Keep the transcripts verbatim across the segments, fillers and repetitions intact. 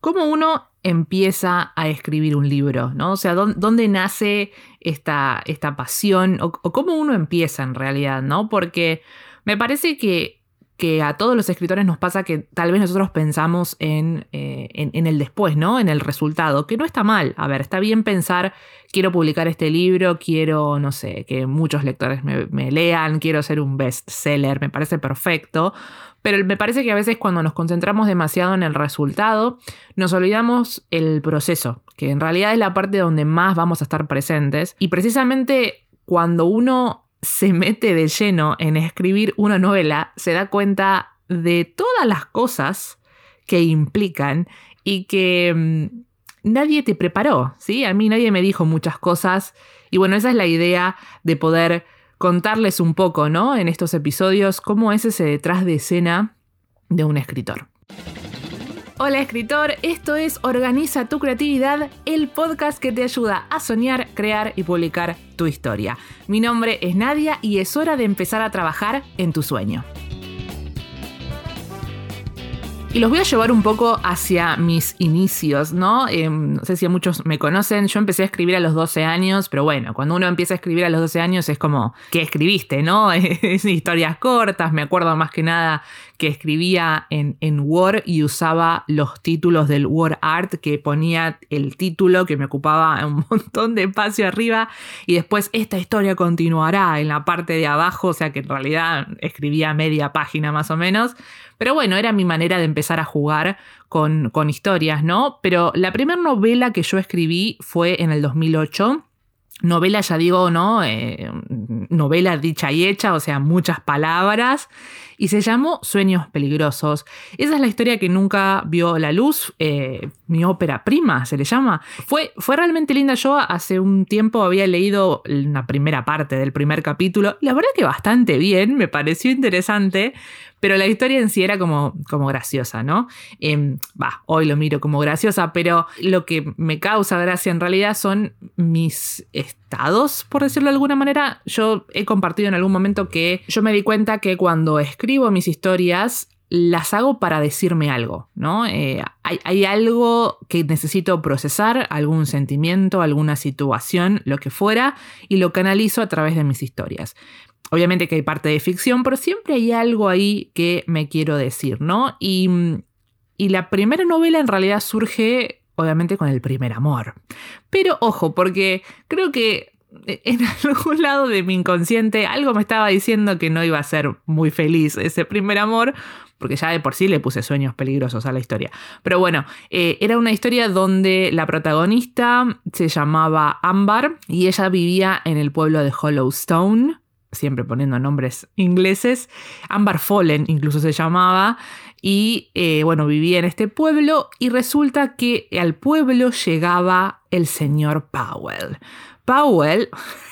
¿Cómo uno empieza a escribir un libro, ¿no? O sea, ¿dónde, dónde nace esta, esta pasión? O, o cómo uno empieza en realidad, ¿no? Porque me parece que, que a todos los escritores nos pasa que tal vez nosotros pensamos en, eh, en, en el después, ¿no? En el resultado, que no está mal. A ver, está bien pensar, quiero publicar este libro, quiero, no sé, que muchos lectores me, me lean, quiero ser un bestseller, me parece perfecto. Pero me parece que a veces cuando nos concentramos demasiado en el resultado, nos olvidamos el proceso, que en realidad es la parte donde más vamos a estar presentes. Y precisamente cuando uno se mete de lleno en escribir una novela, se da cuenta de todas las cosas que implican y que mmm, nadie te preparó, ¿sí? A mí nadie me dijo muchas cosas. Y bueno, esa es la idea de poder contarles un poco, ¿no? En estos episodios, cómo es ese detrás de escena de un escritor. Hola escritor, esto es Organiza tu Creatividad, el podcast que te ayuda a soñar, crear y publicar tu historia. Mi nombre es Nadia y es hora de empezar a trabajar en tu sueño. Y los voy a llevar un poco hacia mis inicios, ¿no? Eh, no sé si a muchos me conocen, yo empecé a escribir a los doce años, pero bueno, cuando uno empieza a escribir a los doce años es como, ¿qué escribiste, no? Es historias cortas, me acuerdo más que nada que escribía en, en Word y usaba los títulos del Word Art, que ponía el título que me ocupaba un montón de espacio arriba y después esta historia continuará en la parte de abajo, o sea que en realidad escribía media página más o menos. Pero bueno, era mi manera de empezar a jugar con, con historias, ¿no? Pero la primera novela que yo escribí fue en el dos mil ocho. Novela, ya digo, ¿no? Eh, novela dicha y hecha, o sea, muchas palabras. Y se llamó Sueños Peligrosos. Esa es la historia que nunca vio la luz. Eh, mi ópera prima, se le llama. Fue, fue realmente linda. Yo hace un tiempo había leído una primera parte del primer capítulo. La verdad que bastante bien, me pareció interesante. Pero la historia en sí era como, como graciosa, ¿no? Eh, bah, hoy lo miro como graciosa, pero lo que me causa gracia en realidad son mis estados, por decirlo de alguna manera. Yo he compartido en algún momento que yo me di cuenta que cuando escribo mis historias, las hago para decirme algo, ¿no? Eh, hay, hay algo que necesito procesar, algún sentimiento, alguna situación, lo que fuera, y lo canalizo a través de mis historias. Obviamente que hay parte de ficción, pero siempre hay algo ahí que me quiero decir, ¿no? Y, y la primera novela en realidad surge, obviamente, con el primer amor. Pero ojo, porque creo que en algún lado de mi inconsciente algo me estaba diciendo que no iba a ser muy feliz ese primer amor, porque ya de por sí le puse Sueños Peligrosos a la historia. Pero bueno, eh, era una historia donde la protagonista se llamaba Amber y ella vivía en el pueblo de Hollowstone, siempre poniendo nombres ingleses. Amber Fallen incluso se llamaba. Y eh, bueno, vivía en este pueblo y resulta que al pueblo llegaba el señor Powell. Powell...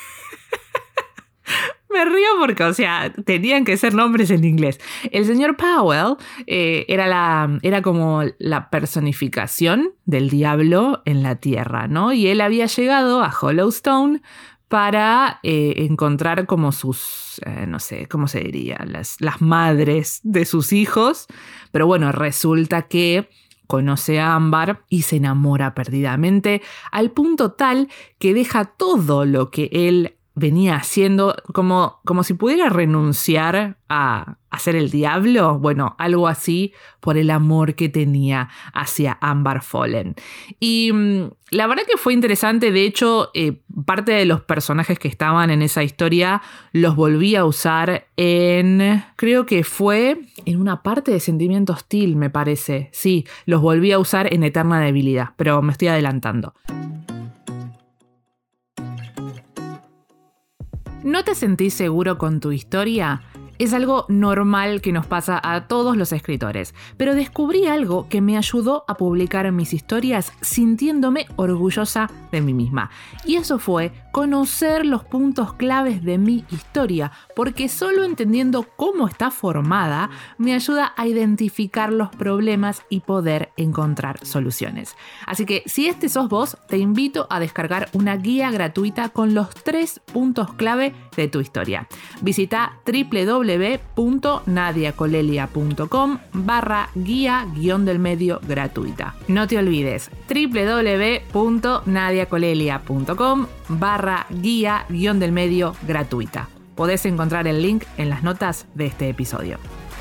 Me río porque, o sea, tenían que ser nombres en inglés. El señor Powell eh, era, la, era como la personificación del diablo en la tierra, ¿no? Y él había llegado a Hollowstone para eh, encontrar como sus, eh, no sé, ¿cómo se diría? Las, las madres de sus hijos. Pero bueno, resulta que conoce a Amber y se enamora perdidamente al punto tal que deja todo lo que él venía haciendo como, como si pudiera renunciar a, a ser el diablo. Bueno, algo así por el amor que tenía hacia Amber Fallen. Y mmm, la verdad que fue interesante. De hecho, eh, parte de los personajes que estaban en esa historia los volví a usar en... Creo que fue en una parte de Sentimiento Hostil, me parece. Sí, los volví a usar en Eterna Debilidad, pero me estoy adelantando. ¿No te sentís seguro con tu historia? Es algo normal que nos pasa a todos los escritores, pero descubrí algo que me ayudó a publicar mis historias sintiéndome orgullosa de mí misma. Y eso fue conocer los puntos claves de mi historia, porque solo entendiendo cómo está formada me ayuda a identificar los problemas y poder encontrar soluciones. Así que si este sos vos, te invito a descargar una guía gratuita con los tres puntos clave de tu historia. Visita www.nadiacolelia.com barra guía guión del medio gratuita. No te olvides, www.nadiacolelia.com barra guía guión del medio gratuita. Podés encontrar el link en las notas de este episodio.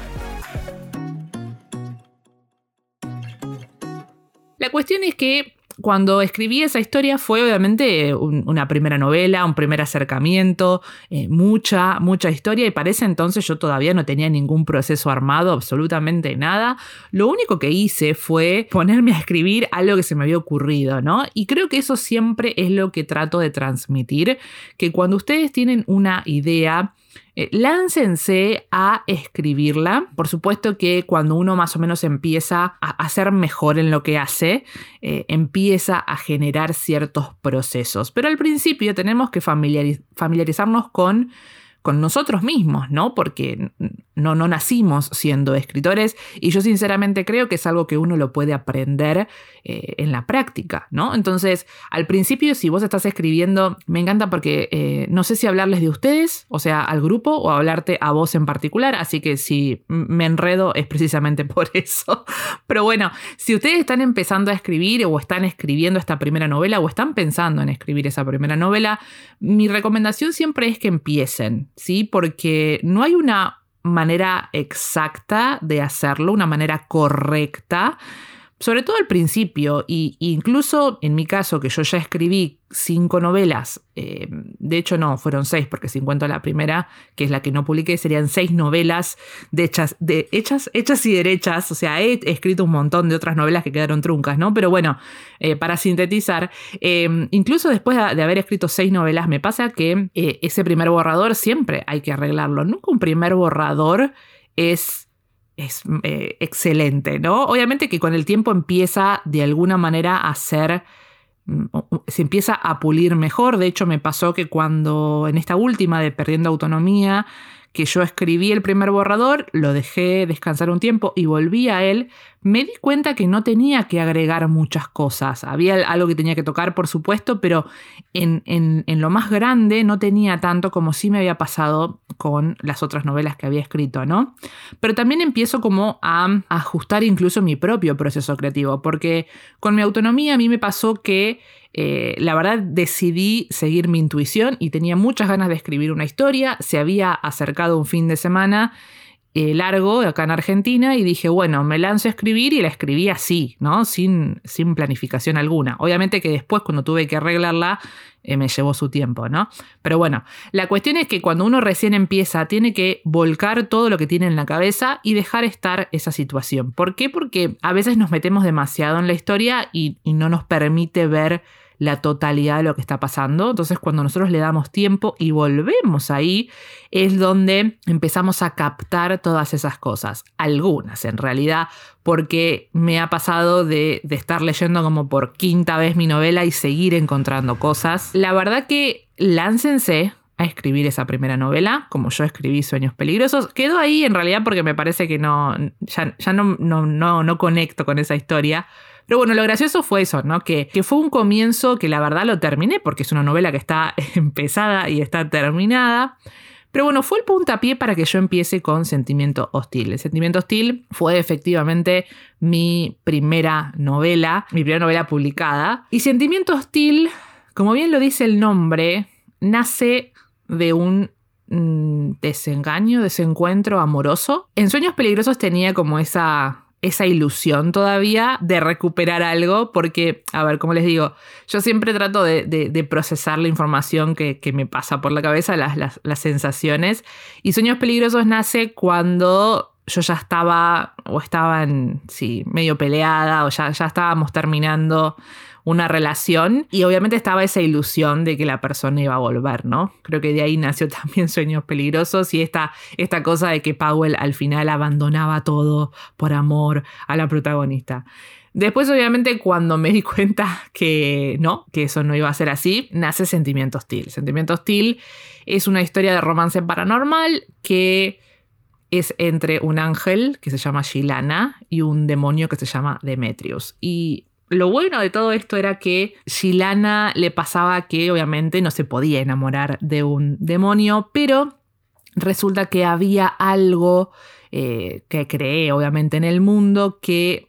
La cuestión es que cuando escribí esa historia fue obviamente un, una primera novela, un primer acercamiento, eh, mucha, mucha historia, y para ese entonces yo todavía no tenía ningún proceso armado, absolutamente nada. Lo único que hice fue ponerme a escribir algo que se me había ocurrido, ¿no? Y creo que eso siempre es lo que trato de transmitir, que cuando ustedes tienen una idea, Eh, láncense a escribirla. Por supuesto que cuando uno más o menos empieza a, a ser mejor en lo que hace, eh, empieza a generar ciertos procesos. Pero al principio tenemos que familiariz- familiarizarnos con, con nosotros mismos, ¿no? Porque no, no nacimos siendo escritores, y yo sinceramente creo que es algo que uno lo puede aprender eh, en la práctica, ¿no? Entonces, al principio, si vos estás escribiendo, me encanta porque eh, no sé si hablarles de ustedes, o sea, al grupo, o hablarte a vos en particular, así que si me enredo es precisamente por eso. Pero bueno, si ustedes están empezando a escribir o están escribiendo esta primera novela o están pensando en escribir esa primera novela, mi recomendación siempre es que empiecen, ¿sí? Porque no hay una manera exacta de hacerlo, una manera correcta, sobre todo al principio, y incluso en mi caso, que yo ya escribí cinco novelas, eh, de hecho no, fueron seis, porque si cuento la primera, que es la que no publiqué, serían seis novelas de hechas, de hechas, hechas y derechas, o sea, he escrito un montón de otras novelas que quedaron truncas, ¿no? Pero bueno, eh, para sintetizar, eh, incluso después de, de haber escrito seis novelas, me pasa que eh, ese primer borrador siempre hay que arreglarlo. Nunca un primer borrador es... es eh, excelente, ¿no? Obviamente que con el tiempo empieza de alguna manera a ser, se empieza a pulir mejor. De hecho, me pasó que cuando en esta última de Perdiendo Autonomía, que yo escribí el primer borrador, lo dejé descansar un tiempo y volví a él, me di cuenta que no tenía que agregar muchas cosas. Había algo que tenía que tocar, por supuesto, pero en, en, en lo más grande no tenía tanto como sí me había pasado con las otras novelas que había escrito, ¿no? Pero también empiezo como a, a ajustar incluso mi propio proceso creativo, porque con Mi Autonomía a mí me pasó que Eh, la verdad decidí seguir mi intuición y tenía muchas ganas de escribir una historia. Se había acercado un fin de semana eh, largo acá en Argentina y dije, bueno, me lanzo a escribir, y la escribí así, ¿no? Sin, sin planificación alguna. Obviamente que después, cuando tuve que arreglarla, eh, me llevó su tiempo, ¿no? Pero bueno, la cuestión es que cuando uno recién empieza, tiene que volcar todo lo que tiene en la cabeza y dejar estar esa situación. ¿Por qué? Porque a veces nos metemos demasiado en la historia y, y no nos permite ver la totalidad de lo que está pasando. Entonces, cuando nosotros le damos tiempo y volvemos ahí, es donde empezamos a captar todas esas cosas. Algunas, en realidad, porque me ha pasado de, de estar leyendo como por quinta vez mi novela y seguir encontrando cosas. La verdad que láncense a escribir esa primera novela, como yo escribí Sueños Peligrosos. Quedó ahí en realidad porque me parece que no, ya, ya no, no, no, no conecto con esa historia. Pero bueno, lo gracioso fue eso, ¿no? Que, que fue un comienzo que la verdad lo terminé, porque es una novela que está empezada y está terminada. Pero bueno, fue el puntapié para que yo empiece con Sentimiento Hostil. El Sentimiento Hostil fue efectivamente mi primera novela, mi primera novela publicada. Y Sentimiento Hostil, como bien lo dice el nombre, nace de un mm, desengaño, desencuentro amoroso. En Sueños Peligrosos tenía como esa... esa ilusión todavía de recuperar algo, porque, a ver, como les digo, yo siempre trato de, de, de procesar la información que, que me pasa por la cabeza, las, las, las sensaciones, y Sueños Peligrosos nace cuando yo ya estaba, o estaba en, sí, medio peleada, o ya, ya estábamos terminando una relación, y obviamente estaba esa ilusión de que la persona iba a volver, ¿no? Creo que de ahí nació también Sueños Peligrosos, y esta, esta cosa de que Powell al final abandonaba todo por amor a la protagonista. Después, obviamente, cuando me di cuenta que no, que eso no iba a ser así, nace Sentimiento Hostil. Sentimiento Hostil es una historia de romance paranormal que es entre un ángel que se llama Shilana y un demonio que se llama Demetrius. Y lo bueno de todo esto era que Gilana le pasaba que obviamente no se podía enamorar de un demonio, pero resulta que había algo eh, que cree obviamente en el mundo, que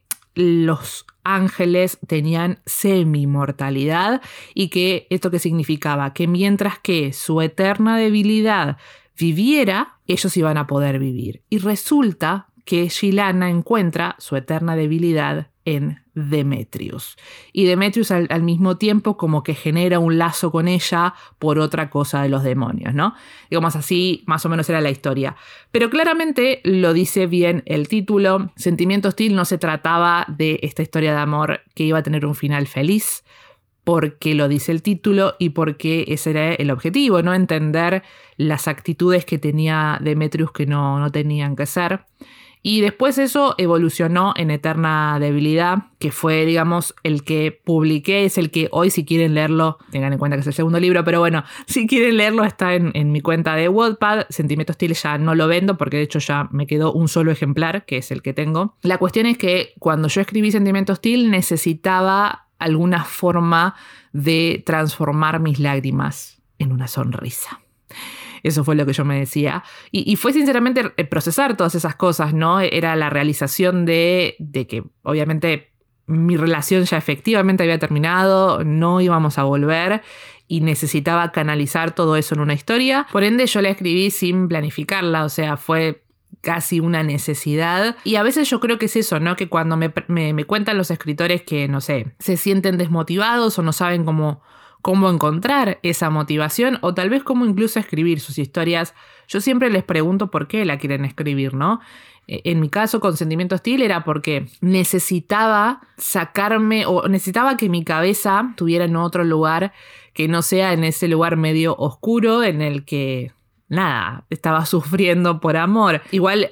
los ángeles tenían semi-mortalidad y que esto que significaba que mientras que su eterna debilidad viviera, ellos iban a poder vivir. Y resulta que Gilana encuentra su eterna debilidad en Demetrius. Y Demetrius al, al mismo tiempo como que genera un lazo con ella por otra cosa de los demonios, ¿no? Digamos así, más o menos era la historia. Pero claramente lo dice bien el título. Sentimiento Hostil no se trataba de esta historia de amor que iba a tener un final feliz, porque lo dice el título y porque ese era el objetivo, ¿no? Entender las actitudes que tenía Demetrius que no, no tenían que ser. Y después eso evolucionó en Eterna Debilidad, que fue, digamos, el que publiqué, es el que hoy, si quieren leerlo, tengan en cuenta que es el segundo libro, pero bueno, si quieren leerlo está en, en mi cuenta de Wattpad. Sentimiento Hostil ya no lo vendo porque de hecho ya me quedó un solo ejemplar, que es el que tengo. La cuestión es que cuando yo escribí Sentimiento Hostil necesitaba alguna forma de transformar mis lágrimas en una sonrisa. Eso fue lo que yo me decía. Y, y fue sinceramente procesar todas esas cosas, ¿no? Era la realización de, de que obviamente mi relación ya efectivamente había terminado, no íbamos a volver y necesitaba canalizar todo eso en una historia. Por ende yo la escribí sin planificarla, o sea, fue casi una necesidad. Y a veces yo creo que es eso, ¿no? Que cuando me, me, me cuentan los escritores que, no sé, se sienten desmotivados o no saben cómo... cómo encontrar esa motivación o tal vez cómo incluso escribir sus historias. Yo siempre les pregunto por qué la quieren escribir, ¿no? En mi caso con Sentimiento Hostil era porque necesitaba sacarme o necesitaba que mi cabeza estuviera en otro lugar que no sea en ese lugar medio oscuro en el que... nada, estaba sufriendo por amor. Igual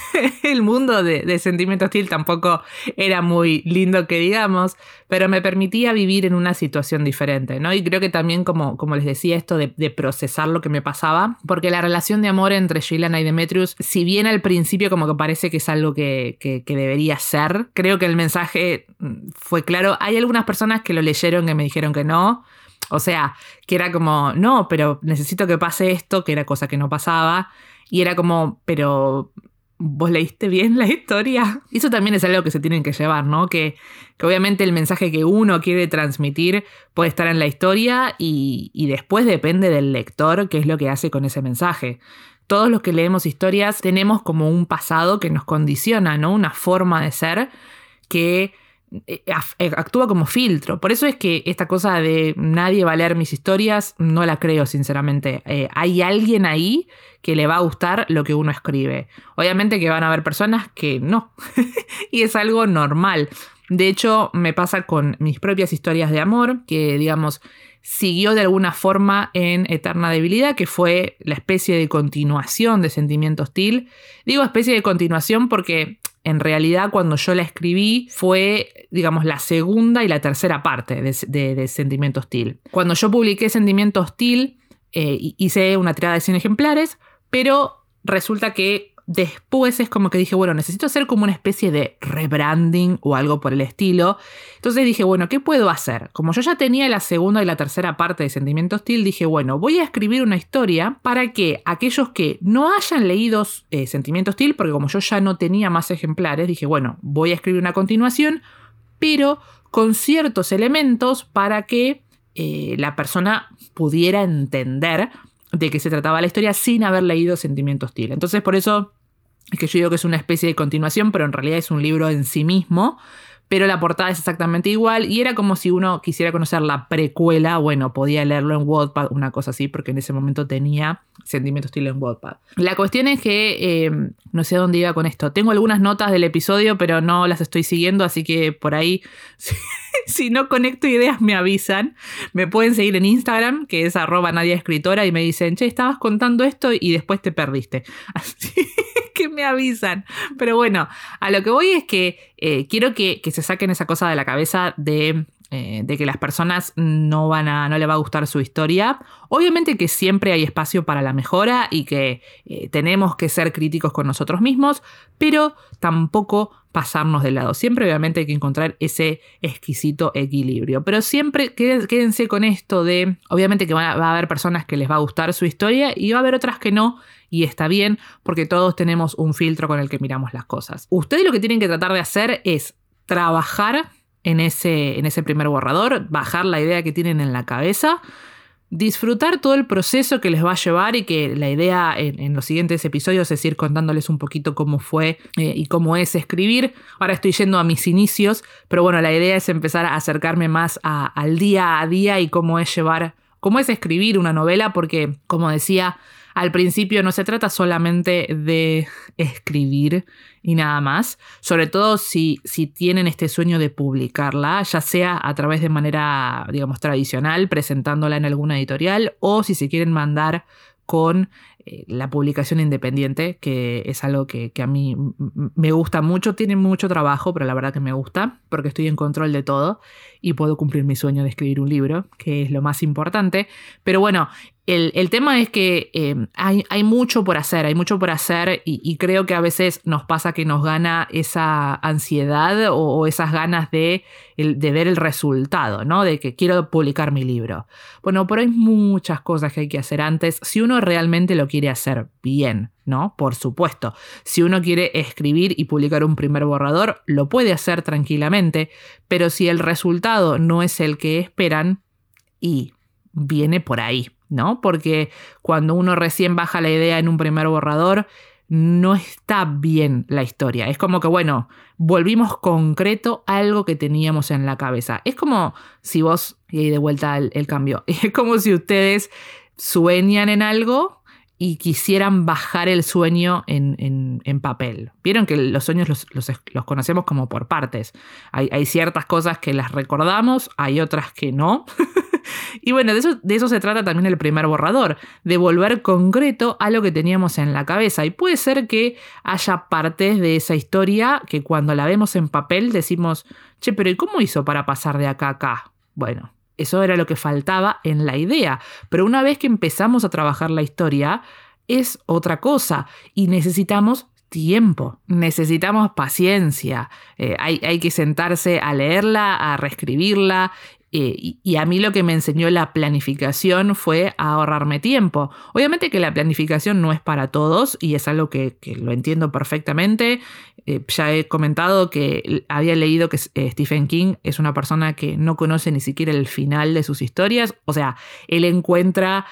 el mundo de, de Sentimiento Hostil tampoco era muy lindo que digamos, pero me permitía vivir en una situación diferente, ¿no? Y creo que también, como, como les decía, esto de, de procesar lo que me pasaba, porque la relación de amor entre Gilana y Demetrius, si bien al principio como que parece que es algo que, que, que debería ser, creo que el mensaje fue claro. Hay algunas personas que lo leyeron que me dijeron que no. O sea, que era como, no, pero necesito que pase esto, que era cosa que no pasaba. Y era como, pero ¿vos leíste bien la historia? Eso también es algo que se tienen que llevar, ¿no? Que, que obviamente el mensaje que uno quiere transmitir puede estar en la historia y, y después depende del lector qué es lo que hace con ese mensaje. Todos los que leemos historias tenemos como un pasado que nos condiciona, ¿no? Una forma de ser que... actúa como filtro. Por eso es que esta cosa de nadie va a leer mis historias no la creo sinceramente. Eh, hay alguien ahí que le va a gustar lo que uno escribe. Obviamente que van a haber personas que no. Y es algo normal. De hecho me pasa con mis propias historias de amor, que digamos siguió de alguna forma en Eterna Debilidad, que fue la especie de continuación de Sentimiento Hostil. Digo especie de continuación porque en realidad cuando yo la escribí fue, digamos, la segunda y la tercera parte de, de, de Sentimiento Hostil. Cuando yo publiqué Sentimiento Hostil eh, hice una tirada de cien ejemplares, pero resulta que después es como que dije, bueno, necesito hacer como una especie de rebranding o algo por el estilo. Entonces dije, bueno, ¿qué puedo hacer? Como yo ya tenía la segunda y la tercera parte de Sentimiento Hostil, dije, bueno, voy a escribir una historia para que aquellos que no hayan leído eh, Sentimiento Hostil, porque como yo ya no tenía más ejemplares, dije, bueno, voy a escribir una continuación, pero con ciertos elementos para que eh, la persona pudiera entender de qué se trataba la historia sin haber leído Sentimiento Hostil. Entonces por eso es que yo digo que es una especie de continuación, pero en realidad es un libro en sí mismo, pero la portada es exactamente igual y era como si uno quisiera conocer la precuela, bueno, podía leerlo en Wattpad, una cosa así, porque en ese momento tenía Sentimiento Hostil en Wattpad. La cuestión es que, eh, no sé a dónde iba con esto, tengo algunas notas del episodio, pero no las estoy siguiendo, así que por ahí... Si no conecto ideas me avisan. Me pueden seguir en Instagram, que es arroba Nadia Escritora, y me dicen, che, estabas contando esto y después te perdiste. Así que me avisan. Pero bueno, a lo que voy es que eh, quiero que, que se saquen esa cosa de la cabeza de eh, de que las personas no van a, no le va a gustar su historia. Obviamente que siempre hay espacio para la mejora y que eh, tenemos que ser críticos con nosotros mismos, pero tampoco pasarnos de lado. Siempre obviamente hay que encontrar ese exquisito equilibrio. Pero siempre quédense con esto de, obviamente que va a, va a haber personas que les va a gustar su historia y va a haber otras que no. Y está bien, porque todos tenemos un filtro con el que miramos las cosas. Ustedes lo que tienen que tratar de hacer es trabajar en ese, en ese primer borrador, bajar la idea que tienen en la cabeza, disfrutar todo el proceso que les va a llevar y que la idea en, en los siguientes episodios es ir contándoles un poquito cómo fue eh, y cómo es escribir. Ahora estoy yendo a mis inicios, pero bueno, la idea es empezar a acercarme más a, al día a día y cómo es llevar, cómo es escribir una novela, porque como decía al principio, no se trata solamente de escribir y nada más, sobre todo si, si tienen este sueño de publicarla, ya sea a través de manera, digamos, tradicional, presentándola en alguna editorial, o si se quieren mandar con eh, la publicación independiente, que es algo que, que a mí m- me gusta mucho. Tiene mucho trabajo, pero la verdad que me gusta, porque estoy en control de todo y puedo cumplir mi sueño de escribir un libro, que es lo más importante. Pero bueno, El, el tema es que eh, hay, hay mucho por hacer, hay mucho por hacer y, y creo que a veces nos pasa que nos gana esa ansiedad o, o esas ganas de, el, de ver el resultado, ¿no? De que quiero publicar mi libro. Bueno, pero hay muchas cosas que hay que hacer antes si uno realmente lo quiere hacer bien, ¿no? Por supuesto. Si uno quiere escribir y publicar un primer borrador, lo puede hacer tranquilamente, pero si el resultado no es el que esperan, y viene por ahí, ¿no? Porque cuando uno recién baja la idea en un primer borrador, no está bien la historia. Es como que, bueno, volvimos concreto algo que teníamos en la cabeza. Es como si vos, y ahí de vuelta el, el cambio, es como si ustedes sueñan en algo y quisieran bajar el sueño en, en, en papel. Vieron que los sueños los, los, los conocemos como por partes. Hay, hay ciertas cosas que las recordamos, hay otras que no. Y bueno, de eso, de eso se trata también el primer borrador, de volver concreto a lo que teníamos en la cabeza. Y puede ser que haya partes de esa historia que cuando la vemos en papel decimos, che, pero ¿y cómo hizo para pasar de acá a acá? Bueno, eso era lo que faltaba en la idea. Pero una vez que empezamos a trabajar la historia, es otra cosa y necesitamos tiempo, necesitamos paciencia. Eh, hay, hay que sentarse a leerla, a reescribirla. Eh, y, y a mí lo que me enseñó la planificación fue a ahorrarme tiempo. Obviamente que la planificación no es para todos y es algo que, que lo entiendo perfectamente. Eh, ya he comentado que había leído que eh, Stephen King es una persona que no conoce ni siquiera el final de sus historias. O sea, él encuentra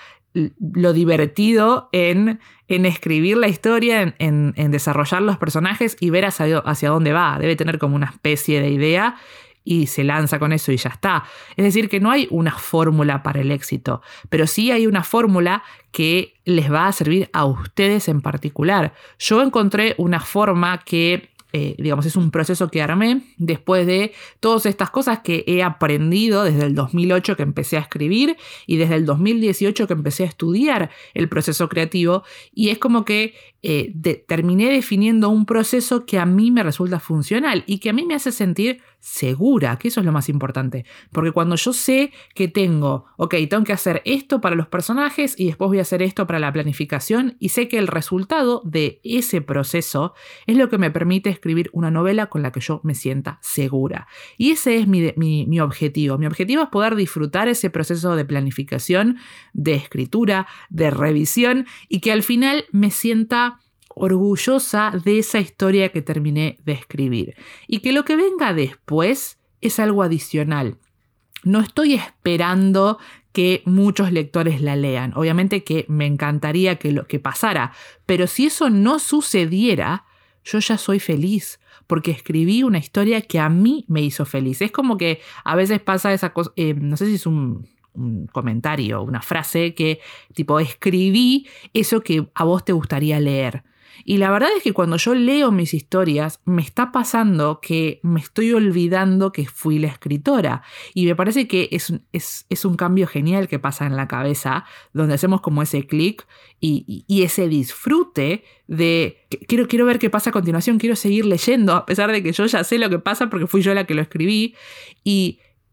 lo divertido en, en escribir la historia, en, en, en desarrollar los personajes y ver hacia, hacia dónde va. Debe tener como una especie de idea y se lanza con eso y ya está. Es decir, que no hay una fórmula para el éxito, pero sí hay una fórmula que les va a servir a ustedes en particular. Yo encontré una forma que, eh, digamos, es un proceso que armé después de todas estas cosas que he aprendido desde el dos mil ocho que empecé a escribir y desde el dos mil dieciocho que empecé a estudiar el proceso creativo, y es como que eh, de, terminé definiendo un proceso que a mí me resulta funcional y que a mí me hace sentir segura, que eso es lo más importante. Porque cuando yo sé que tengo, ok, tengo que hacer esto para los personajes y después voy a hacer esto para la planificación, y sé que el resultado de ese proceso es lo que me permite escribir una novela con la que yo me sienta segura. Y ese es mi, mi, mi objetivo. Mi objetivo es poder disfrutar ese proceso de planificación, de escritura, de revisión, y que al final me sienta orgullosa de esa historia que terminé de escribir. Y que lo que venga después es algo adicional. No estoy esperando que muchos lectores la lean. Obviamente que me encantaría que lo que pasara, pero si eso no sucediera, yo ya soy feliz, porque escribí una historia que a mí me hizo feliz. Es como que a veces pasa esa cosa, eh, no sé si es un... un comentario, una frase que tipo escribí eso que a vos te gustaría leer. Y la verdad es que cuando yo leo mis historias me está pasando que me estoy olvidando que fui la escritora, y me parece que es, es, es un cambio genial que pasa en la cabeza, donde hacemos como ese clic y, y, y ese disfrute de quiero, quiero ver qué pasa a continuación, quiero seguir leyendo a pesar de que yo ya sé lo que pasa porque fui yo la que lo escribí. Y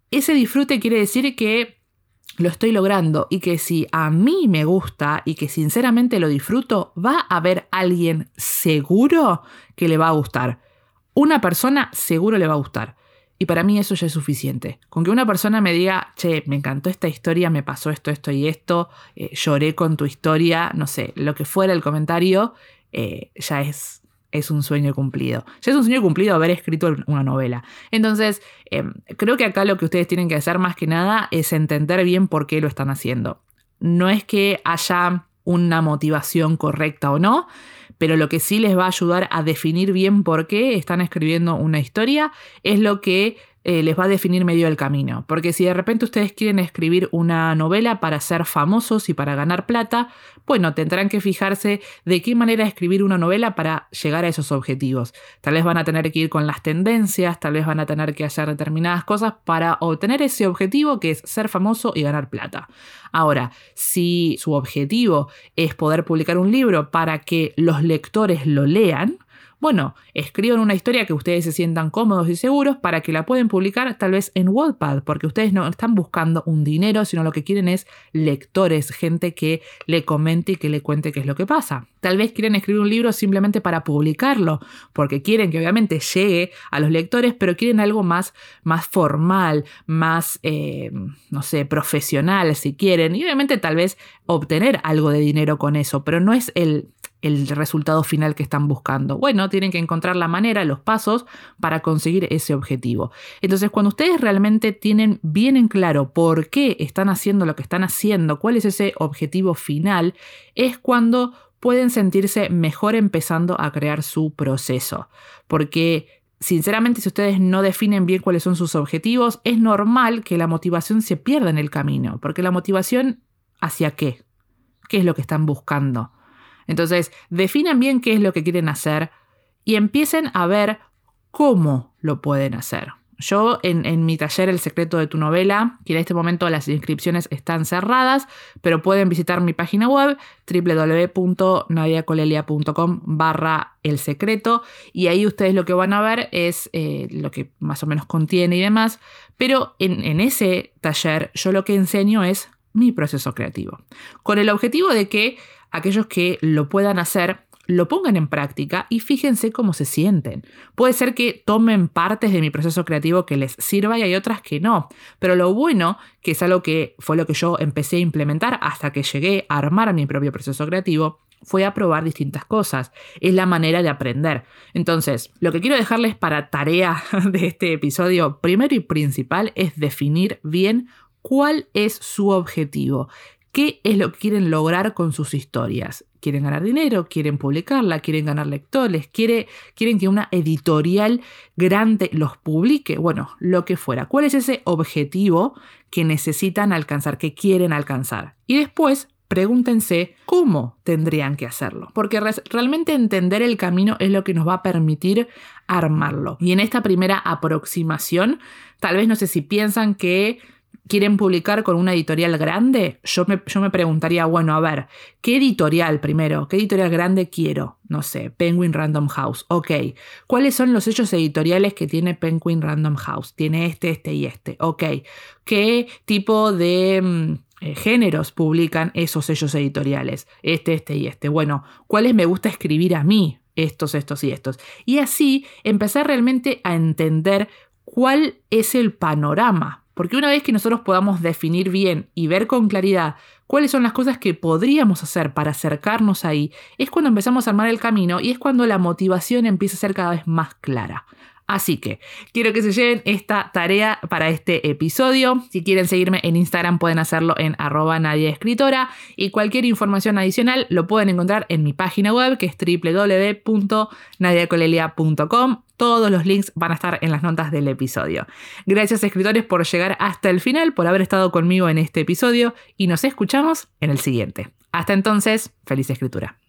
ese disfrute quiere decir que lo estoy logrando y que si a mí me gusta y que sinceramente lo disfruto, va a haber alguien seguro que le va a gustar. Una persona seguro le va a gustar. Y para mí eso ya es suficiente. Con que una persona me diga, che, me encantó esta historia, me pasó esto, esto y esto, eh, lloré con tu historia, no sé, lo que fuera el comentario, eh, ya es, es un sueño cumplido. Ya es un sueño cumplido haber escrito una novela. Entonces, eh, creo que acá lo que ustedes tienen que hacer más que nada es entender bien por qué lo están haciendo. No es que haya una motivación correcta o no, pero lo que sí les va a ayudar a definir bien por qué están escribiendo una historia es lo que eh, les va a definir medio del camino. Porque si de repente ustedes quieren escribir una novela para ser famosos y para ganar plata, bueno, tendrán que fijarse de qué manera escribir una novela para llegar a esos objetivos. Tal vez van a tener que ir con las tendencias, tal vez van a tener que hacer determinadas cosas para obtener ese objetivo que es ser famoso y ganar plata. Ahora, si su objetivo es poder publicar un libro para que los lectores lo lean, bueno, escriban una historia que ustedes se sientan cómodos y seguros para que la pueden publicar tal vez en Wattpad, porque ustedes no están buscando un dinero, sino lo que quieren es lectores, gente que le comente y que le cuente qué es lo que pasa. Tal vez quieren escribir un libro simplemente para publicarlo, porque quieren que obviamente llegue a los lectores, pero quieren algo más, más formal, más, eh, no sé, profesional si quieren, y obviamente tal vez obtener algo de dinero con eso, pero no es el... el resultado final que están buscando. Bueno, tienen que encontrar la manera, los pasos para conseguir ese objetivo. Entonces, cuando ustedes realmente tienen bien en claro por qué están haciendo lo que están haciendo, cuál es ese objetivo final, es cuando pueden sentirse mejor empezando a crear su proceso. Porque sinceramente, si ustedes no definen bien cuáles son sus objetivos, es normal que la motivación se pierda en el camino. Porque la motivación, ¿hacia qué? ¿Qué es lo que están buscando? Entonces, definan bien qué es lo que quieren hacer y empiecen a ver cómo lo pueden hacer. Yo en, en mi taller El secreto de tu novela, que en este momento las inscripciones están cerradas, pero pueden visitar mi página web doble u doble u doble u punto nadia colelia punto com barra el secreto y ahí ustedes lo que van a ver es eh, lo que más o menos contiene y demás, pero en, en ese taller yo lo que enseño es mi proceso creativo, con el objetivo de que aquellos que lo puedan hacer lo pongan en práctica y fíjense cómo se sienten. Puede ser que tomen partes de mi proceso creativo que les sirva y hay otras que no. Pero lo bueno, que es algo que fue lo que yo empecé a implementar hasta que llegué a armar mi propio proceso creativo, fue a probar distintas cosas. Es la manera de aprender. Entonces, lo que quiero dejarles para tarea de este episodio, primero y principal, es definir bien cuál es su objetivo. ¿Qué es lo que quieren lograr con sus historias? ¿Quieren ganar dinero? ¿Quieren publicarla? ¿Quieren ganar lectores? ¿Quiere, ¿Quieren que una editorial grande los publique? Bueno, lo que fuera. ¿Cuál es ese objetivo que necesitan alcanzar, que quieren alcanzar? Y después pregúntense cómo tendrían que hacerlo. Porque re- realmente entender el camino es lo que nos va a permitir armarlo. Y en esta primera aproximación, tal vez no sé si piensan que quieren publicar con una editorial grande, yo me, yo me preguntaría, bueno, a ver, ¿qué editorial primero? ¿Qué editorial grande quiero? No sé, Penguin Random House. Ok, ¿cuáles son los sellos editoriales que tiene Penguin Random House? Tiene este, este y este. Ok, ¿qué tipo de mmm, eh, géneros publican esos sellos editoriales? Este, este y este. Bueno, ¿cuáles me gusta escribir a mí? Estos, estos y estos. Y así empezar realmente a entender cuál es el panorama. Porque una vez que nosotros podamos definir bien y ver con claridad cuáles son las cosas que podríamos hacer para acercarnos ahí, es cuando empezamos a armar el camino y es cuando la motivación empieza a ser cada vez más clara. Así que quiero que se lleven esta tarea para este episodio. Si quieren seguirme en Instagram pueden hacerlo en arroba nadiaescritora y cualquier información adicional lo pueden encontrar en mi página web que es doble u doble u doble u punto nadia colelia punto com. Todos los links van a estar en las notas del episodio. Gracias, escritores, por llegar hasta el final, por haber estado conmigo en este episodio y nos escuchamos en el siguiente. Hasta entonces, feliz escritura.